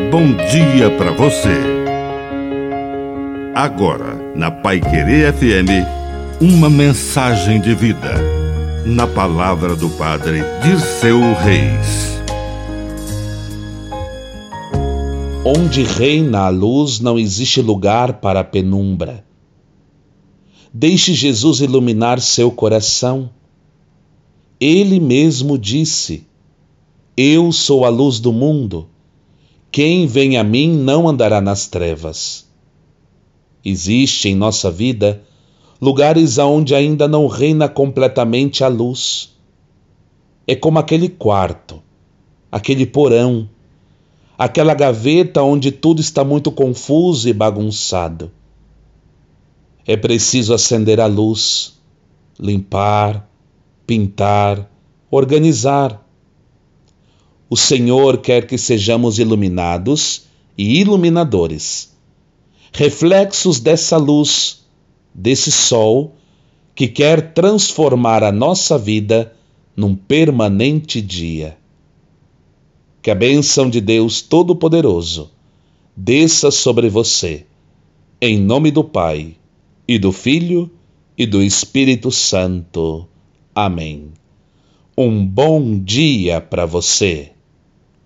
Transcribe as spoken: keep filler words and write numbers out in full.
bom dia para você. Agora, na Paiquerê F M, uma mensagem de vida. Na palavra do Padre Dirceu Reis. Onde reina a luz, não existe lugar para a penumbra. Deixe Jesus iluminar seu coração. Ele mesmo disse: Eu sou a luz do mundo. Quem vem a mim não andará nas trevas. Existe em nossa vida lugares aonde ainda não reina completamente a luz. É como aquele quarto, aquele porão, aquela gaveta onde tudo está muito confuso e bagunçado. É preciso acender a luz, limpar, pintar, organizar. O Senhor quer que sejamos iluminados e iluminadores, reflexos dessa luz, desse sol que quer transformar a nossa vida num permanente dia. Que a bênção de Deus Todo-Poderoso desça sobre você, em nome do Pai, e do Filho, e do Espírito Santo. Amém. Um bom dia para você.